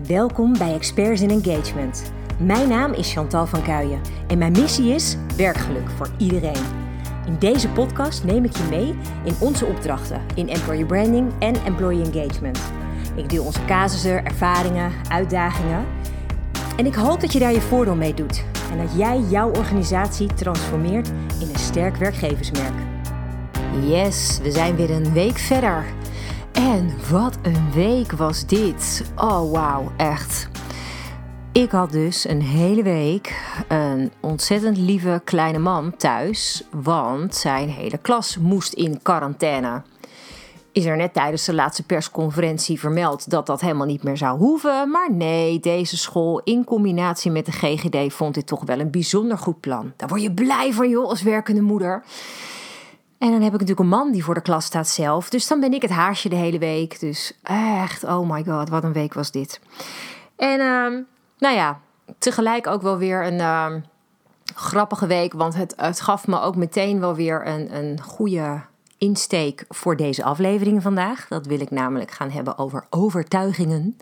Welkom bij Experts in Engagement. Mijn naam is Chantal van Kuijen en mijn missie is werkgeluk voor iedereen. In deze podcast neem ik je mee in onze opdrachten in employer branding en employee engagement. Ik deel onze casussen, ervaringen, uitdagingen. En ik hoop dat je daar je voordeel mee doet en dat jij jouw organisatie transformeert in een sterk werkgeversmerk. Yes, we zijn weer een week verder. En wat een week was dit. Oh wauw, echt. Ik had dus een hele week een ontzettend lieve kleine man thuis, want zijn hele klas moest in quarantaine. Is er net tijdens de laatste persconferentie vermeld dat dat helemaal niet meer zou hoeven. Maar nee, deze school in combinatie met de GGD vond dit toch wel een bijzonder goed plan. Daar word je blij van joh, als werkende moeder. En dan heb ik natuurlijk een man die voor de klas staat zelf. Dus dan ben ik het haasje de hele week. Dus echt, oh my god, wat een week was dit. En tegelijk ook wel weer een grappige week. Want het gaf me ook meteen wel weer een goede insteek voor deze aflevering vandaag. Dat wil ik namelijk gaan hebben over overtuigingen.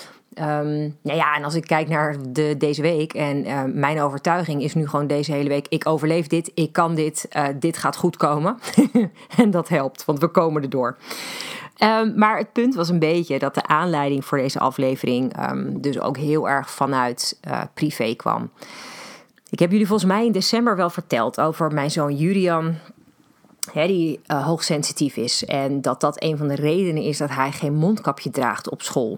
En als ik kijk naar deze week en mijn overtuiging is nu gewoon deze hele week: ik overleef dit, ik kan dit, dit gaat goed komen. En dat helpt, want we komen erdoor. Maar het punt was een beetje dat de aanleiding voor deze aflevering dus ook heel erg vanuit privé kwam. Ik heb jullie volgens mij in december wel verteld over mijn zoon Julian, die hoogsensitief is. En dat een van de redenen is dat hij geen mondkapje draagt op school.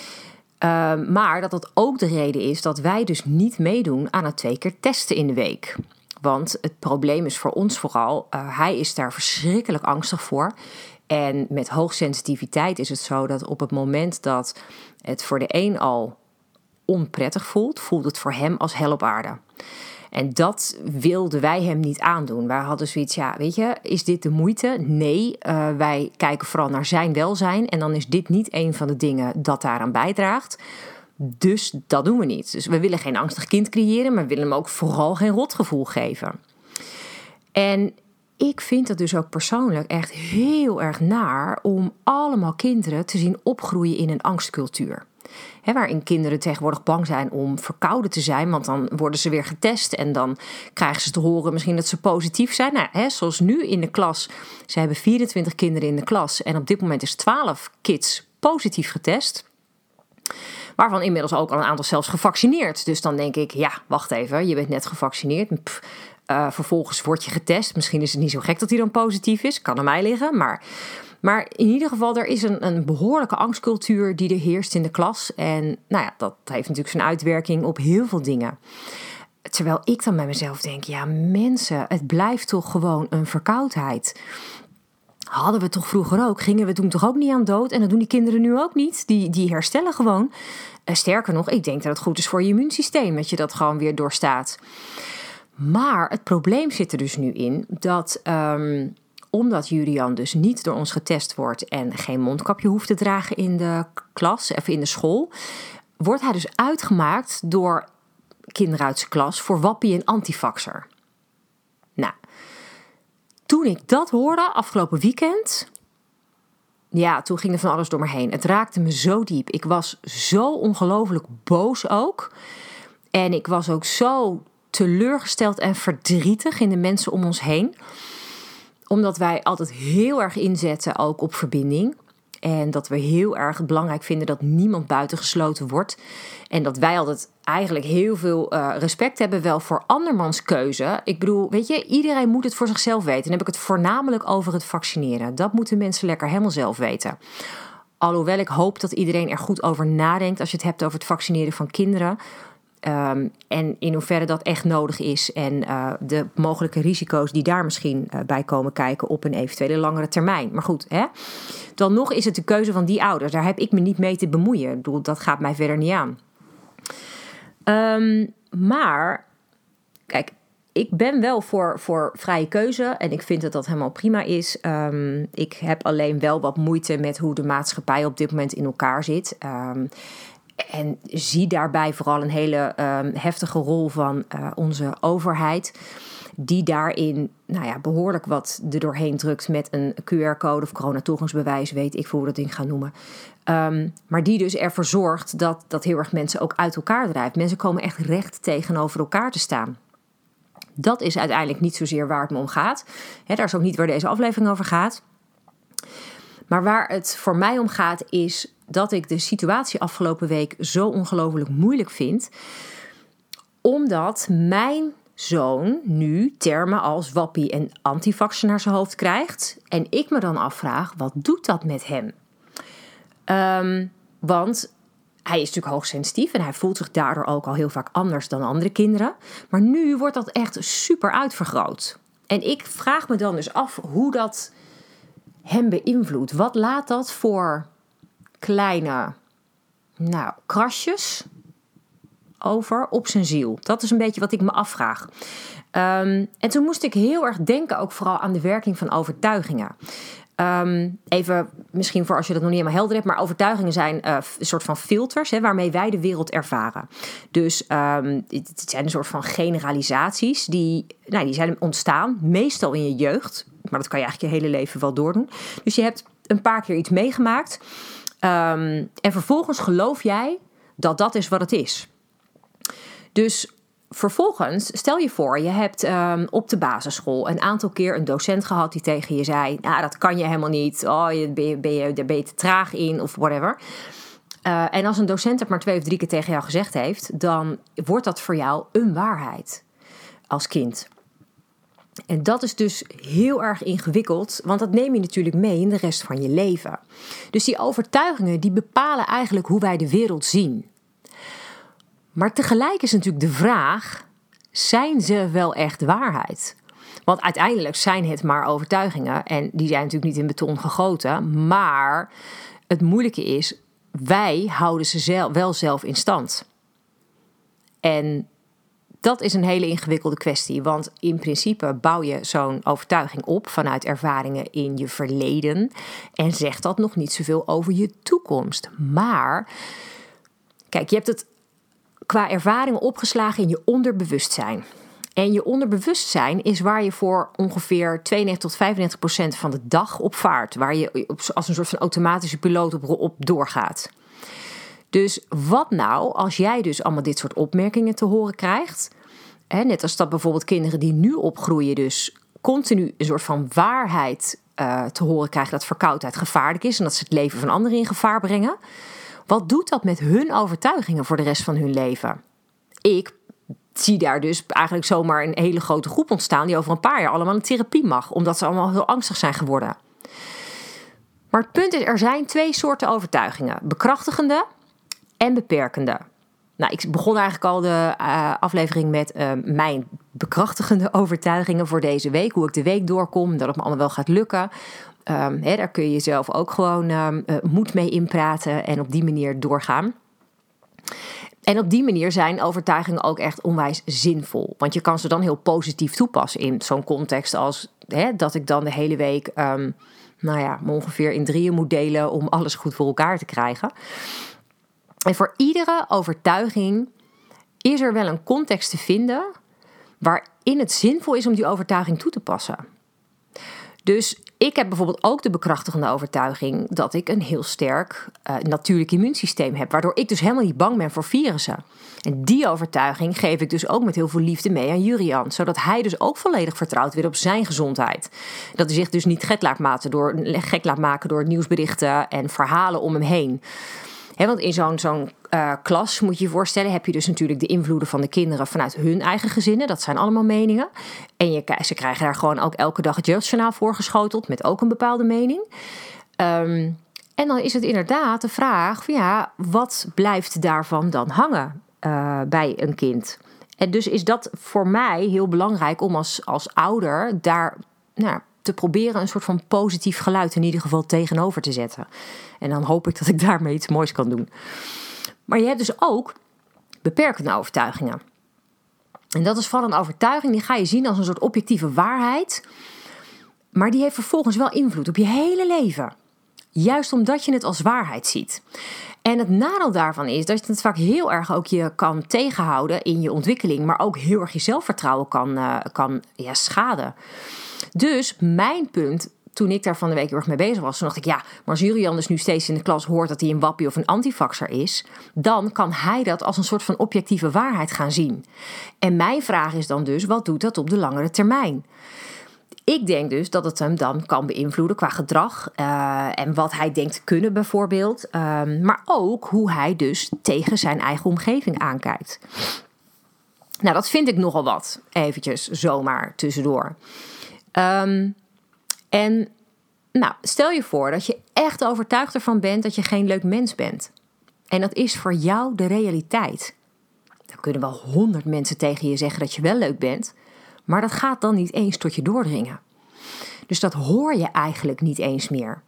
Maar dat ook de reden is dat wij dus niet meedoen aan het 2 keer testen in de week. Want het probleem is voor ons vooral, hij is daar verschrikkelijk angstig voor. En met hoogsensitiviteit is het zo dat op het moment dat het voor de een al onprettig voelt, voelt het voor hem als hel op aarde. En dat wilden wij hem niet aandoen. Wij hadden zoiets, weet je, is dit de moeite? Nee, wij kijken vooral naar zijn welzijn. En dan is dit niet een van de dingen dat daaraan bijdraagt. Dus dat doen we niet. Dus we willen geen angstig kind creëren, maar we willen hem ook vooral geen rotgevoel geven. En ik vind het dus ook persoonlijk echt heel erg naar om allemaal kinderen te zien opgroeien in een angstcultuur. Waarin kinderen tegenwoordig bang zijn om verkouden te zijn, want dan worden ze weer getest en dan krijgen ze te horen misschien dat ze positief zijn. Zoals nu in de klas, ze hebben 24 kinderen in de klas en op dit moment is 12 kids positief getest. Waarvan inmiddels ook al een aantal zelfs gevaccineerd. Dus dan denk ik, wacht even, je bent net gevaccineerd. Vervolgens word je getest. Misschien is het niet zo gek dat hij dan positief is. Kan aan mij liggen, Maar in ieder geval, er is een behoorlijke angstcultuur die er heerst in de klas. En dat heeft natuurlijk zijn uitwerking op heel veel dingen. Terwijl ik dan bij mezelf denk, mensen, het blijft toch gewoon een verkoudheid. Hadden we toch vroeger ook, gingen we toen toch ook niet aan dood. En dat doen die kinderen nu ook niet. Die herstellen gewoon. Sterker nog, ik denk dat het goed is voor je immuunsysteem, dat je dat gewoon weer doorstaat. Maar het probleem zit er dus nu in dat omdat Julian dus niet door ons getest wordt en geen mondkapje hoeft te dragen in de klas of in de school, wordt hij dus uitgemaakt door kinderen uit zijn klas voor wappie en antivaxer. Toen ik dat hoorde afgelopen weekend, toen ging er van alles door me heen. Het raakte me zo diep. Ik was zo ongelooflijk boos ook. En ik was ook zo teleurgesteld en verdrietig in de mensen om ons heen. Omdat wij altijd heel erg inzetten ook op verbinding. En dat we heel erg belangrijk vinden dat niemand buitengesloten wordt. En dat wij altijd eigenlijk heel veel respect hebben wel voor andermans keuze. Ik bedoel, weet je, iedereen moet het voor zichzelf weten. Dan heb ik het voornamelijk over het vaccineren. Dat moeten mensen lekker helemaal zelf weten. Alhoewel ik hoop dat iedereen er goed over nadenkt als je het hebt over het vaccineren van kinderen. En in hoeverre dat echt nodig is. En de mogelijke risico's die daar misschien bij komen kijken op een eventuele langere termijn. Maar goed, dan nog is het de keuze van die ouders. Daar heb ik me niet mee te bemoeien. Ik bedoel, dat gaat mij verder niet aan. Maar, kijk, ik ben wel voor vrije keuze. En ik vind dat dat helemaal prima is. Ik heb alleen wel wat moeite met hoe de maatschappij op dit moment in elkaar zit. En zie daarbij vooral een hele heftige rol van onze overheid, die daarin behoorlijk wat er doorheen drukt met een QR-code of coronatoegangsbewijs, weet ik hoe we dat ding gaan noemen. Maar die dus ervoor zorgt dat heel erg mensen ook uit elkaar drijft. Mensen komen echt recht tegenover elkaar te staan. Dat is uiteindelijk niet zozeer waar het me om gaat. Daar is ook niet waar deze aflevering over gaat. Maar waar het voor mij om gaat is dat ik de situatie afgelopen week zo ongelooflijk moeilijk vind. Omdat mijn zoon nu termen als wappie en antivaxer naar zijn hoofd krijgt. En ik me dan afvraag, wat doet dat met hem? Want hij is natuurlijk hoogsensitief en hij voelt zich daardoor ook al heel vaak anders dan andere kinderen. Maar nu wordt dat echt super uitvergroot. En ik vraag me dan dus af hoe dat hem beïnvloedt. Wat laat dat voor kleine krasjes over op zijn ziel? Dat is een beetje wat ik me afvraag. En toen moest ik heel erg denken ook vooral aan de werking van overtuigingen. Even misschien voor als je dat nog niet helemaal helder hebt, maar overtuigingen zijn een soort van filters waarmee wij de wereld ervaren. Dus het zijn een soort van generalisaties die zijn ontstaan, meestal in je jeugd, maar dat kan je eigenlijk je hele leven wel doordoen. Dus je hebt een paar keer iets meegemaakt en vervolgens geloof jij dat dat is wat het is. Dus vervolgens, stel je voor, je hebt op de basisschool een aantal keer een docent gehad die tegen je zei, dat kan je helemaal niet, daar ben je te traag in of whatever. En als een docent het maar 2 of 3 keer tegen jou gezegd heeft, dan wordt dat voor jou een waarheid als kind. En dat is dus heel erg ingewikkeld, want dat neem je natuurlijk mee in de rest van je leven. Dus die overtuigingen die bepalen eigenlijk hoe wij de wereld zien. Maar tegelijk is natuurlijk de vraag, zijn ze wel echt waarheid? Want uiteindelijk zijn het maar overtuigingen en die zijn natuurlijk niet in beton gegoten. Maar het moeilijke is, wij houden ze wel zelf in stand. En dat is een hele ingewikkelde kwestie. Want in principe bouw je zo'n overtuiging op vanuit ervaringen in je verleden. En zegt dat nog niet zoveel over je toekomst. Maar kijk, je hebt het qua ervaringen opgeslagen in je onderbewustzijn. En je onderbewustzijn is waar je voor ongeveer 92-95% van de dag op vaart. Waar je als een soort van automatische piloot op doorgaat. Dus wat nou als jij dus allemaal dit soort opmerkingen te horen krijgt? Net als dat bijvoorbeeld kinderen die nu opgroeien dus continu een soort van waarheid te horen krijgen dat verkoudheid gevaarlijk is en dat ze het leven van anderen in gevaar brengen. Wat doet dat met hun overtuigingen voor de rest van hun leven? Ik zie daar dus eigenlijk zomaar een hele grote groep ontstaan die over een paar jaar allemaal in therapie mag, omdat ze allemaal heel angstig zijn geworden. Maar het punt is, er zijn 2 soorten overtuigingen. Bekrachtigende en beperkende. Ik begon eigenlijk al de aflevering met mijn bekrachtigende overtuigingen voor deze week. Hoe ik de week doorkom, dat het me allemaal wel gaat lukken. Daar kun je jezelf ook gewoon moed mee inpraten en op die manier doorgaan. En op die manier zijn overtuigingen ook echt onwijs zinvol. Want je kan ze dan heel positief toepassen in zo'n context als dat ik dan de hele week me ongeveer in 3 moet delen om alles goed voor elkaar te krijgen. En voor iedere overtuiging is er wel een context te vinden waarin het zinvol is om die overtuiging toe te passen. Dus ik heb bijvoorbeeld ook de bekrachtigende overtuiging dat ik een heel sterk natuurlijk immuunsysteem heb, waardoor ik dus helemaal niet bang ben voor virussen. En die overtuiging geef ik dus ook met heel veel liefde mee aan Jurian, zodat hij dus ook volledig vertrouwt weer op zijn gezondheid. Dat hij zich dus niet gek laat maken door nieuwsberichten en verhalen om hem heen. Want in zo'n klas, moet je je voorstellen, heb je dus natuurlijk de invloeden van de kinderen vanuit hun eigen gezinnen. Dat zijn allemaal meningen. En ze krijgen daar gewoon ook elke dag het jeugdjournaal voorgeschoteld met ook een bepaalde mening. En dan is het inderdaad de vraag van wat blijft daarvan dan hangen bij een kind? En dus is dat voor mij heel belangrijk om als ouder daar te proberen een soort van positief geluid in ieder geval tegenover te zetten. En dan hoop ik dat ik daarmee iets moois kan doen. Maar je hebt dus ook beperkende overtuigingen. En dat is van een overtuiging, die ga je zien als een soort objectieve waarheid. Maar die heeft vervolgens wel invloed op je hele leven. Juist omdat je het als waarheid ziet. En het nadeel daarvan is dat het vaak heel erg ook je kan tegenhouden in je ontwikkeling, maar ook heel erg je zelfvertrouwen kan schaden. Dus mijn punt, toen ik daar van de week heel erg mee bezig was, toen dacht ik, ja, maar als Jurian dus nu steeds in de klas hoort dat hij een wappie of een antivaxer is, dan kan hij dat als een soort van objectieve waarheid gaan zien. En mijn vraag is dan dus, wat doet dat op de langere termijn? Ik denk dus dat het hem dan kan beïnvloeden qua gedrag en wat hij denkt te kunnen bijvoorbeeld. Maar ook hoe hij dus tegen zijn eigen omgeving aankijkt. Nou, dat vind ik nogal wat. Eventjes zomaar tussendoor. En nou, stel je voor dat je echt overtuigd ervan bent dat je geen leuk mens bent. En dat is voor jou de realiteit. Dan kunnen wel 100 mensen tegen je zeggen dat je wel leuk bent. Maar dat gaat dan niet eens tot je doordringen. Dus dat hoor je eigenlijk niet eens meer.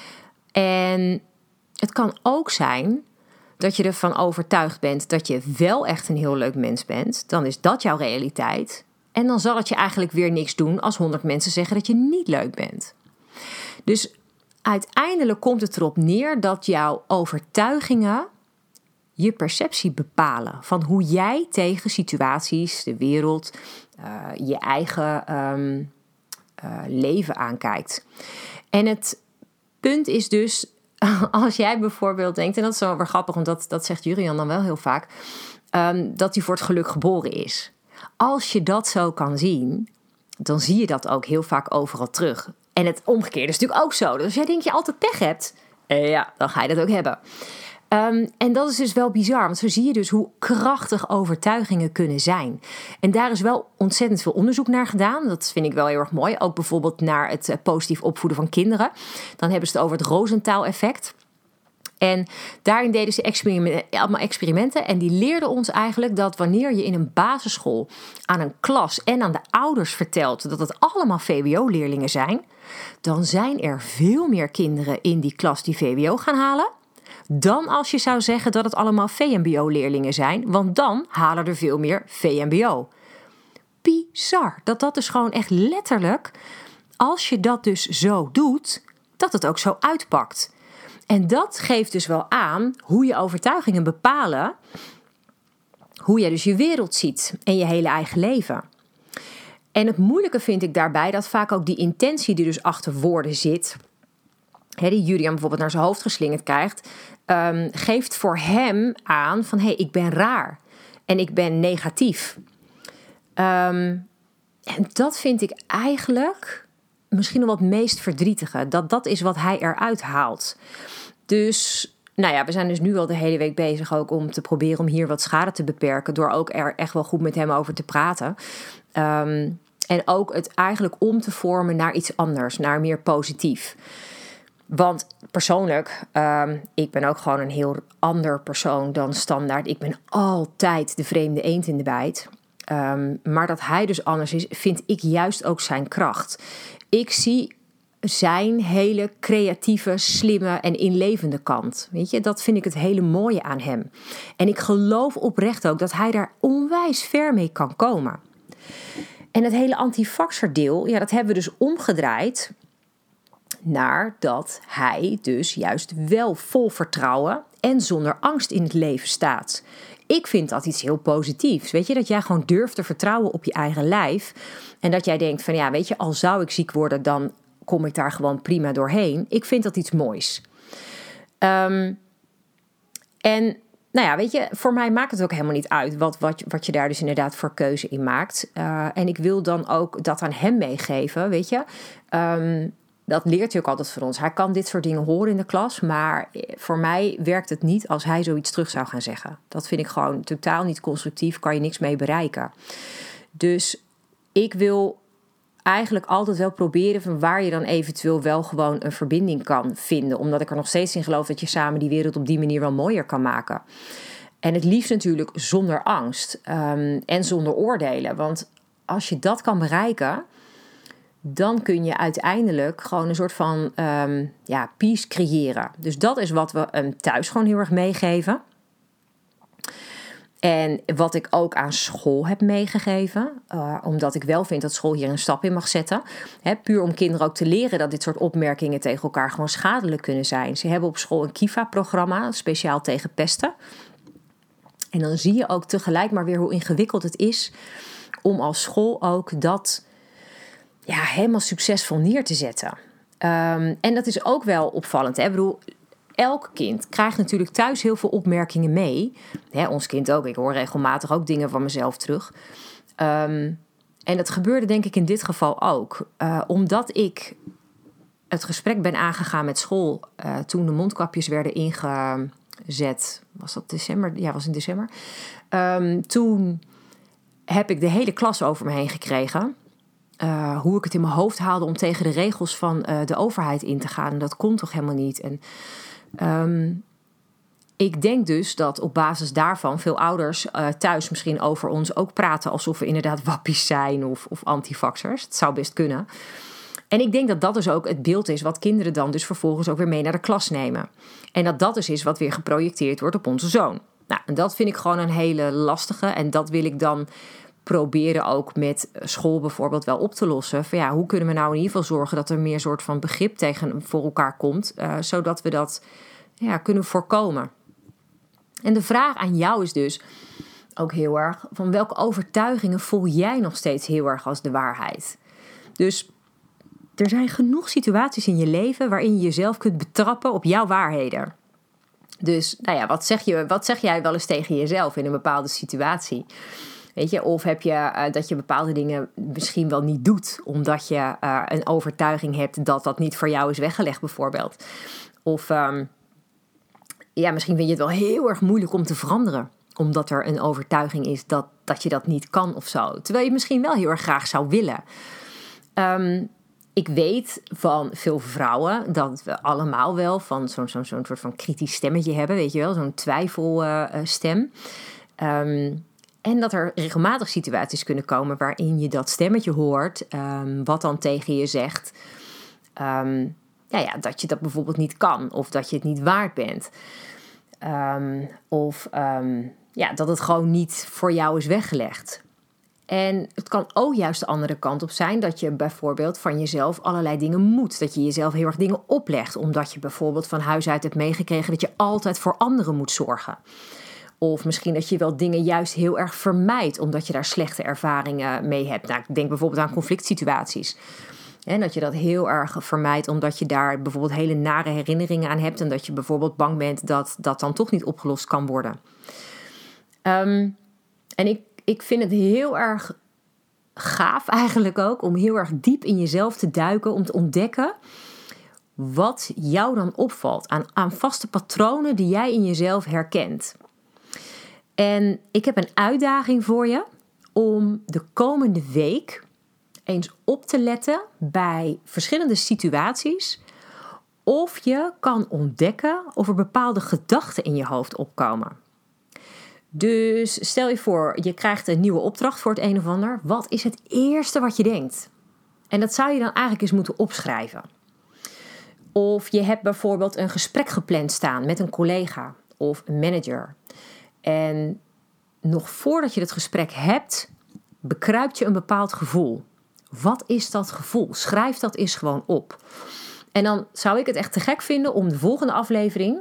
En het kan ook zijn dat je ervan overtuigd bent dat je wel echt een heel leuk mens bent. Dan is dat jouw realiteit. En dan zal het je eigenlijk weer niks doen als 100 mensen zeggen dat je niet leuk bent. Dus uiteindelijk komt het erop neer dat jouw overtuigingen je perceptie bepalen van hoe jij tegen situaties, de wereld, je eigen leven aankijkt. En het punt is dus, als jij bijvoorbeeld denkt, en dat is wel weer grappig, want dat zegt Jurian dan wel heel vaak, dat hij voor het geluk geboren is. Als je dat zo kan zien, dan zie je dat ook heel vaak overal terug. En het omgekeerde is natuurlijk ook zo. Dus als jij denkt je altijd pech hebt, dan ga je dat ook hebben. En dat is dus wel bizar, want zo zie je dus hoe krachtig overtuigingen kunnen zijn. En daar is wel ontzettend veel onderzoek naar gedaan. Dat vind ik wel heel erg mooi. Ook bijvoorbeeld naar het positief opvoeden van kinderen. Dan hebben ze het over het Rosenthal-effect. En daarin deden ze allemaal experimenten. En die leerden ons eigenlijk dat wanneer je in een basisschool aan een klas en aan de ouders vertelt dat het allemaal VWO-leerlingen zijn, dan zijn er veel meer kinderen in die klas die VWO gaan halen dan als je zou zeggen dat het allemaal VMBO-leerlingen zijn, want dan halen er veel meer VMBO. Bizar, dat dus gewoon echt letterlijk, als je dat dus zo doet, dat het ook zo uitpakt. En dat geeft dus wel aan hoe je overtuigingen bepalen, hoe jij dus je wereld ziet en je hele eigen leven. En het moeilijke vind ik daarbij dat vaak ook die intentie die dus achter woorden zit, die Jurian bijvoorbeeld naar zijn hoofd geslingerd krijgt, geeft voor hem aan van ik ben raar en ik ben negatief. En dat vind ik eigenlijk misschien wel het meest verdrietige. Dat is wat hij eruit haalt. Dus nou ja, we zijn dus nu al de hele week bezig ook om te proberen om hier wat schade te beperken, door ook er echt wel goed met hem over te praten. En ook het eigenlijk om te vormen naar iets anders, naar meer positief. Want persoonlijk, ik ben ook gewoon een heel ander persoon dan standaard. Ik ben altijd de vreemde eend in de bijt. Maar dat hij dus anders is, vind ik juist ook zijn kracht. Ik zie zijn hele creatieve, slimme en inlevende kant. Weet je, dat vind ik het hele mooie aan hem. En ik geloof oprecht ook dat hij daar onwijs ver mee kan komen. En het hele antivaxer deel, dat hebben we dus omgedraaid naar dat hij dus juist wel vol vertrouwen en zonder angst in het leven staat. Ik vind dat iets heel positiefs. Weet je, dat jij gewoon durft te vertrouwen op je eigen lijf. En dat jij denkt van weet je, al zou ik ziek worden, dan kom ik daar gewoon prima doorheen. Ik vind dat iets moois. En nou ja, weet je, voor mij maakt het ook helemaal niet uit wat je daar dus inderdaad voor keuze in maakt. En ik wil dan ook dat aan hem meegeven, weet je. Dat leert hij ook altijd van ons. Hij kan dit soort dingen horen in de klas, maar voor mij werkt het niet als hij zoiets terug zou gaan zeggen. Dat vind ik gewoon totaal niet constructief, kan je niks mee bereiken. Dus ik wil eigenlijk altijd wel proberen van waar je dan eventueel wel gewoon een verbinding kan vinden. Omdat ik er nog steeds in geloof dat je samen die wereld op die manier wel mooier kan maken. En het liefst natuurlijk zonder angst en zonder oordelen. Want als je dat kan bereiken, dan kun je uiteindelijk gewoon een soort van peace creëren. Dus dat is wat we hem thuis gewoon heel erg meegeven. En wat ik ook aan school heb meegegeven, omdat ik wel vind dat school hier een stap in mag zetten. Puur om kinderen ook te leren dat dit soort opmerkingen tegen elkaar gewoon schadelijk kunnen zijn. Ze hebben op school een Kiva-programma, speciaal tegen pesten. En dan zie je ook tegelijk maar weer hoe ingewikkeld het is om als school ook dat helemaal succesvol neer te zetten. En dat is ook wel opvallend. Ik bedoel, elk kind krijgt natuurlijk thuis heel veel opmerkingen mee. Ons kind ook. Ik hoor regelmatig ook dingen van mezelf terug. En dat gebeurde denk ik in dit geval ook. Omdat ik het gesprek ben aangegaan met school toen de mondkapjes werden ingezet. Was dat december? Ja, was in december. Toen heb ik de hele klas over me heen gekregen. Hoe ik het in mijn hoofd haalde om tegen de regels van de overheid in te gaan. En dat kon toch helemaal niet. En ik denk dus dat op basis daarvan veel ouders thuis misschien over ons ook praten alsof we inderdaad wappies zijn of antivaxers. Het zou best kunnen. En ik denk dat dat dus ook het beeld is wat kinderen dan dus vervolgens ook weer mee naar de klas nemen. En dat dus is wat weer geprojecteerd wordt op onze zoon. Nou, en dat vind ik gewoon een hele lastige. En dat wil ik dan proberen ook met school bijvoorbeeld wel op te lossen. Van hoe kunnen we nou in ieder geval zorgen dat er meer soort van begrip voor elkaar komt. Zodat we dat kunnen voorkomen. En de vraag aan jou is dus ook heel erg, van welke overtuigingen voel jij nog steeds heel erg als de waarheid? Dus er zijn genoeg situaties in je leven waarin je jezelf kunt betrappen op jouw waarheden. Dus wat zeg jij wel eens tegen jezelf in een bepaalde situatie? Weet je, of heb je dat je bepaalde dingen misschien wel niet doet, omdat je een overtuiging hebt dat dat niet voor jou is weggelegd bijvoorbeeld. Of misschien vind je het wel heel erg moeilijk om te veranderen, omdat er een overtuiging is dat je dat niet kan of zo. Terwijl je misschien wel heel erg graag zou willen. Ik weet van veel vrouwen dat we allemaal wel van zo'n soort van kritisch stemmetje hebben, weet je wel, zo'n twijfelstem. En dat er regelmatig situaties kunnen komen waarin je dat stemmetje hoort, wat dan tegen je zegt dat je dat bijvoorbeeld niet kan of dat je het niet waard bent. Dat het gewoon niet voor jou is weggelegd. En het kan ook juist de andere kant op zijn dat je bijvoorbeeld van jezelf allerlei dingen moet. Dat je jezelf heel erg dingen oplegt, omdat je bijvoorbeeld van huis uit hebt meegekregen dat je altijd voor anderen moet zorgen. Of misschien dat je wel dingen juist heel erg vermijdt, omdat je daar slechte ervaringen mee hebt. Nou, ik denk bijvoorbeeld aan conflict situaties. En dat je dat heel erg vermijdt, omdat je daar bijvoorbeeld hele nare herinneringen aan hebt. En dat je bijvoorbeeld bang bent dat dat dan toch niet opgelost kan worden. En ik vind het heel erg gaaf eigenlijk ook om heel erg diep in jezelf te duiken. Om te ontdekken wat jou dan opvalt aan vaste patronen die jij in jezelf herkent. En ik heb een uitdaging voor je om de komende week eens op te letten bij verschillende situaties of je kan ontdekken of er bepaalde gedachten in je hoofd opkomen. Dus stel je voor, je krijgt een nieuwe opdracht voor het een of ander. Wat is het eerste wat je denkt? En dat zou je dan eigenlijk eens moeten opschrijven. Of je hebt bijvoorbeeld een gesprek gepland staan met een collega of een manager. En nog voordat je het gesprek hebt, bekruipt je een bepaald gevoel. Wat is dat gevoel? Schrijf dat eens gewoon op. En dan zou ik het echt te gek vinden om de volgende aflevering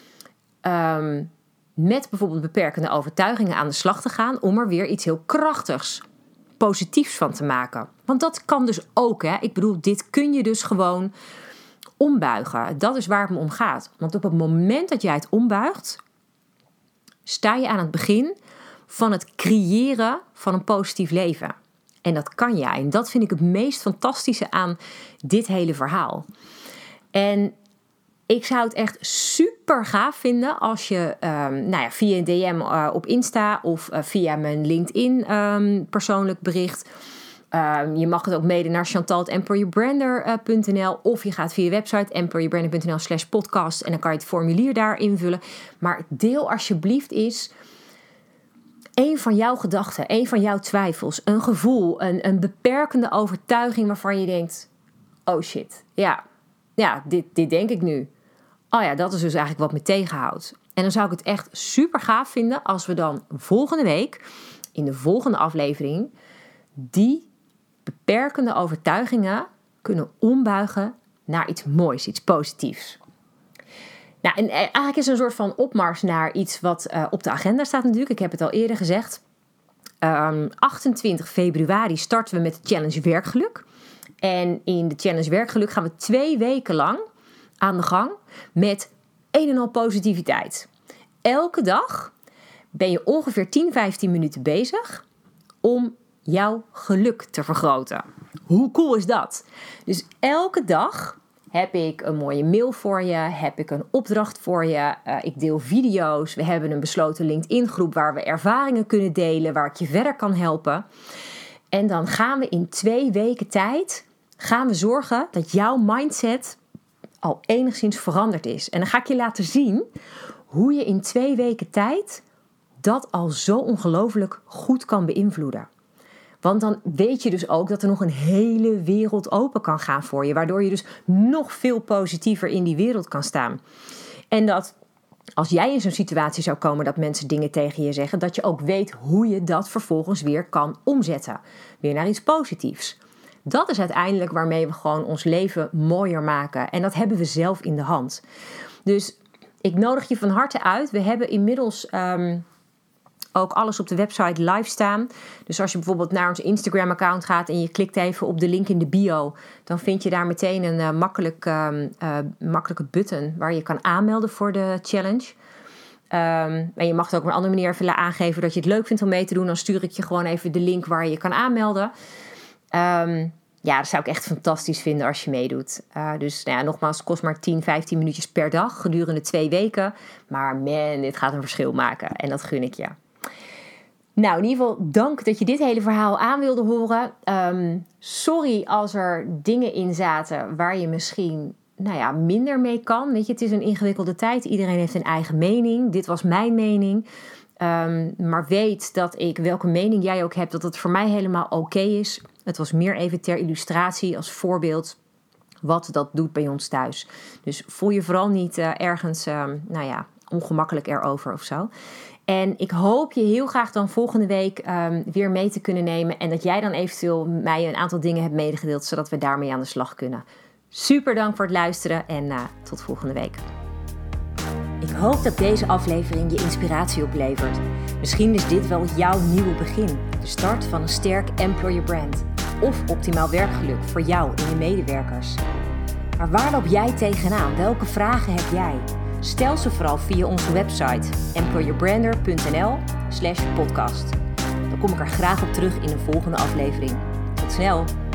met bijvoorbeeld beperkende overtuigingen aan de slag te gaan, om er weer iets heel krachtigs, positiefs van te maken. Want dat kan dus ook, hè. Ik bedoel, dit kun je dus gewoon ombuigen. Dat is waar het me om gaat. Want op het moment dat jij het ombuigt, sta je aan het begin van het creëren van een positief leven. En dat kan jij. En dat vind ik het meest fantastische aan dit hele verhaal. En ik zou het echt super gaaf vinden als je via een DM op Insta of via mijn LinkedIn persoonlijk bericht. Je mag het ook mailen naar chantal@empoweryourbrander.nl of je gaat via de website empoweryourbrander.nl/podcast en dan kan je het formulier daar invullen. Maar deel alsjeblieft eens een van jouw gedachten, een van jouw twijfels, een gevoel, een beperkende overtuiging waarvan je denkt, oh shit, dit denk ik nu. Oh ja, dat is dus eigenlijk wat me tegenhoudt. En dan zou ik het echt super gaaf vinden als we dan volgende week, in de volgende aflevering, die beperkende overtuigingen kunnen ombuigen naar iets moois, iets positiefs. Nou, en eigenlijk is het een soort van opmars naar iets wat op de agenda staat natuurlijk. Ik heb het al eerder gezegd. 28 februari starten we met de Challenge Werkgeluk. En in de Challenge Werkgeluk gaan we 2 weken lang aan de gang met een en al positiviteit. Elke dag ben je ongeveer 10-15 minuten bezig om jouw geluk te vergroten. Hoe cool is dat? Dus elke dag heb ik een mooie mail voor je, heb ik een opdracht voor je, ik deel video's, we hebben een besloten LinkedIn groep waar we ervaringen kunnen delen, waar ik je verder kan helpen. En dan gaan we in 2 weken tijd zorgen dat jouw mindset al enigszins veranderd is. En dan ga ik je laten zien hoe je in 2 weken tijd dat al zo ongelooflijk goed kan beïnvloeden. Want dan weet je dus ook dat er nog een hele wereld open kan gaan voor je. Waardoor je dus nog veel positiever in die wereld kan staan. En dat als jij in zo'n situatie zou komen dat mensen dingen tegen je zeggen, dat je ook weet hoe je dat vervolgens weer kan omzetten. Weer naar iets positiefs. Dat is uiteindelijk waarmee we gewoon ons leven mooier maken. En dat hebben we zelf in de hand. Dus ik nodig je van harte uit. We hebben inmiddels ook alles op de website live staan. Dus als je bijvoorbeeld naar ons Instagram-account gaat en je klikt even op de link in de bio, dan vind je daar meteen een makkelijke button waar je kan aanmelden voor de challenge. En je mag het ook op een andere manier even aangeven dat je het leuk vindt om mee te doen. Dan stuur ik je gewoon even de link waar je kan aanmelden. Dat zou ik echt fantastisch vinden als je meedoet. Dus nogmaals, het kost maar 10-15 minuutjes per dag gedurende 2 weken. Maar man, dit gaat een verschil maken. En dat gun ik je. Nou, in ieder geval dank dat je dit hele verhaal aan wilde horen. Sorry als er dingen in zaten waar je misschien minder mee kan. Weet je, het is een ingewikkelde tijd. Iedereen heeft een eigen mening. Dit was mijn mening. Maar weet dat welke mening jij ook hebt, dat het voor mij helemaal oké is. Het was meer even ter illustratie als voorbeeld wat dat doet bij ons thuis. Dus voel je vooral niet ergens ongemakkelijk erover of zo. En ik hoop je heel graag dan volgende week weer mee te kunnen nemen. En dat jij dan eventueel mij een aantal dingen hebt medegedeeld, zodat we daarmee aan de slag kunnen. Super dank voor het luisteren en tot volgende week. Ik hoop dat deze aflevering je inspiratie oplevert. Misschien is dit wel jouw nieuwe begin. De start van een sterk employer brand. Of optimaal werkgeluk voor jou en je medewerkers. Maar waar loop jij tegenaan? Welke vragen heb jij? Stel ze vooral via onze website employerbrander.nl/podcast. Dan kom ik er graag op terug in een volgende aflevering. Tot snel!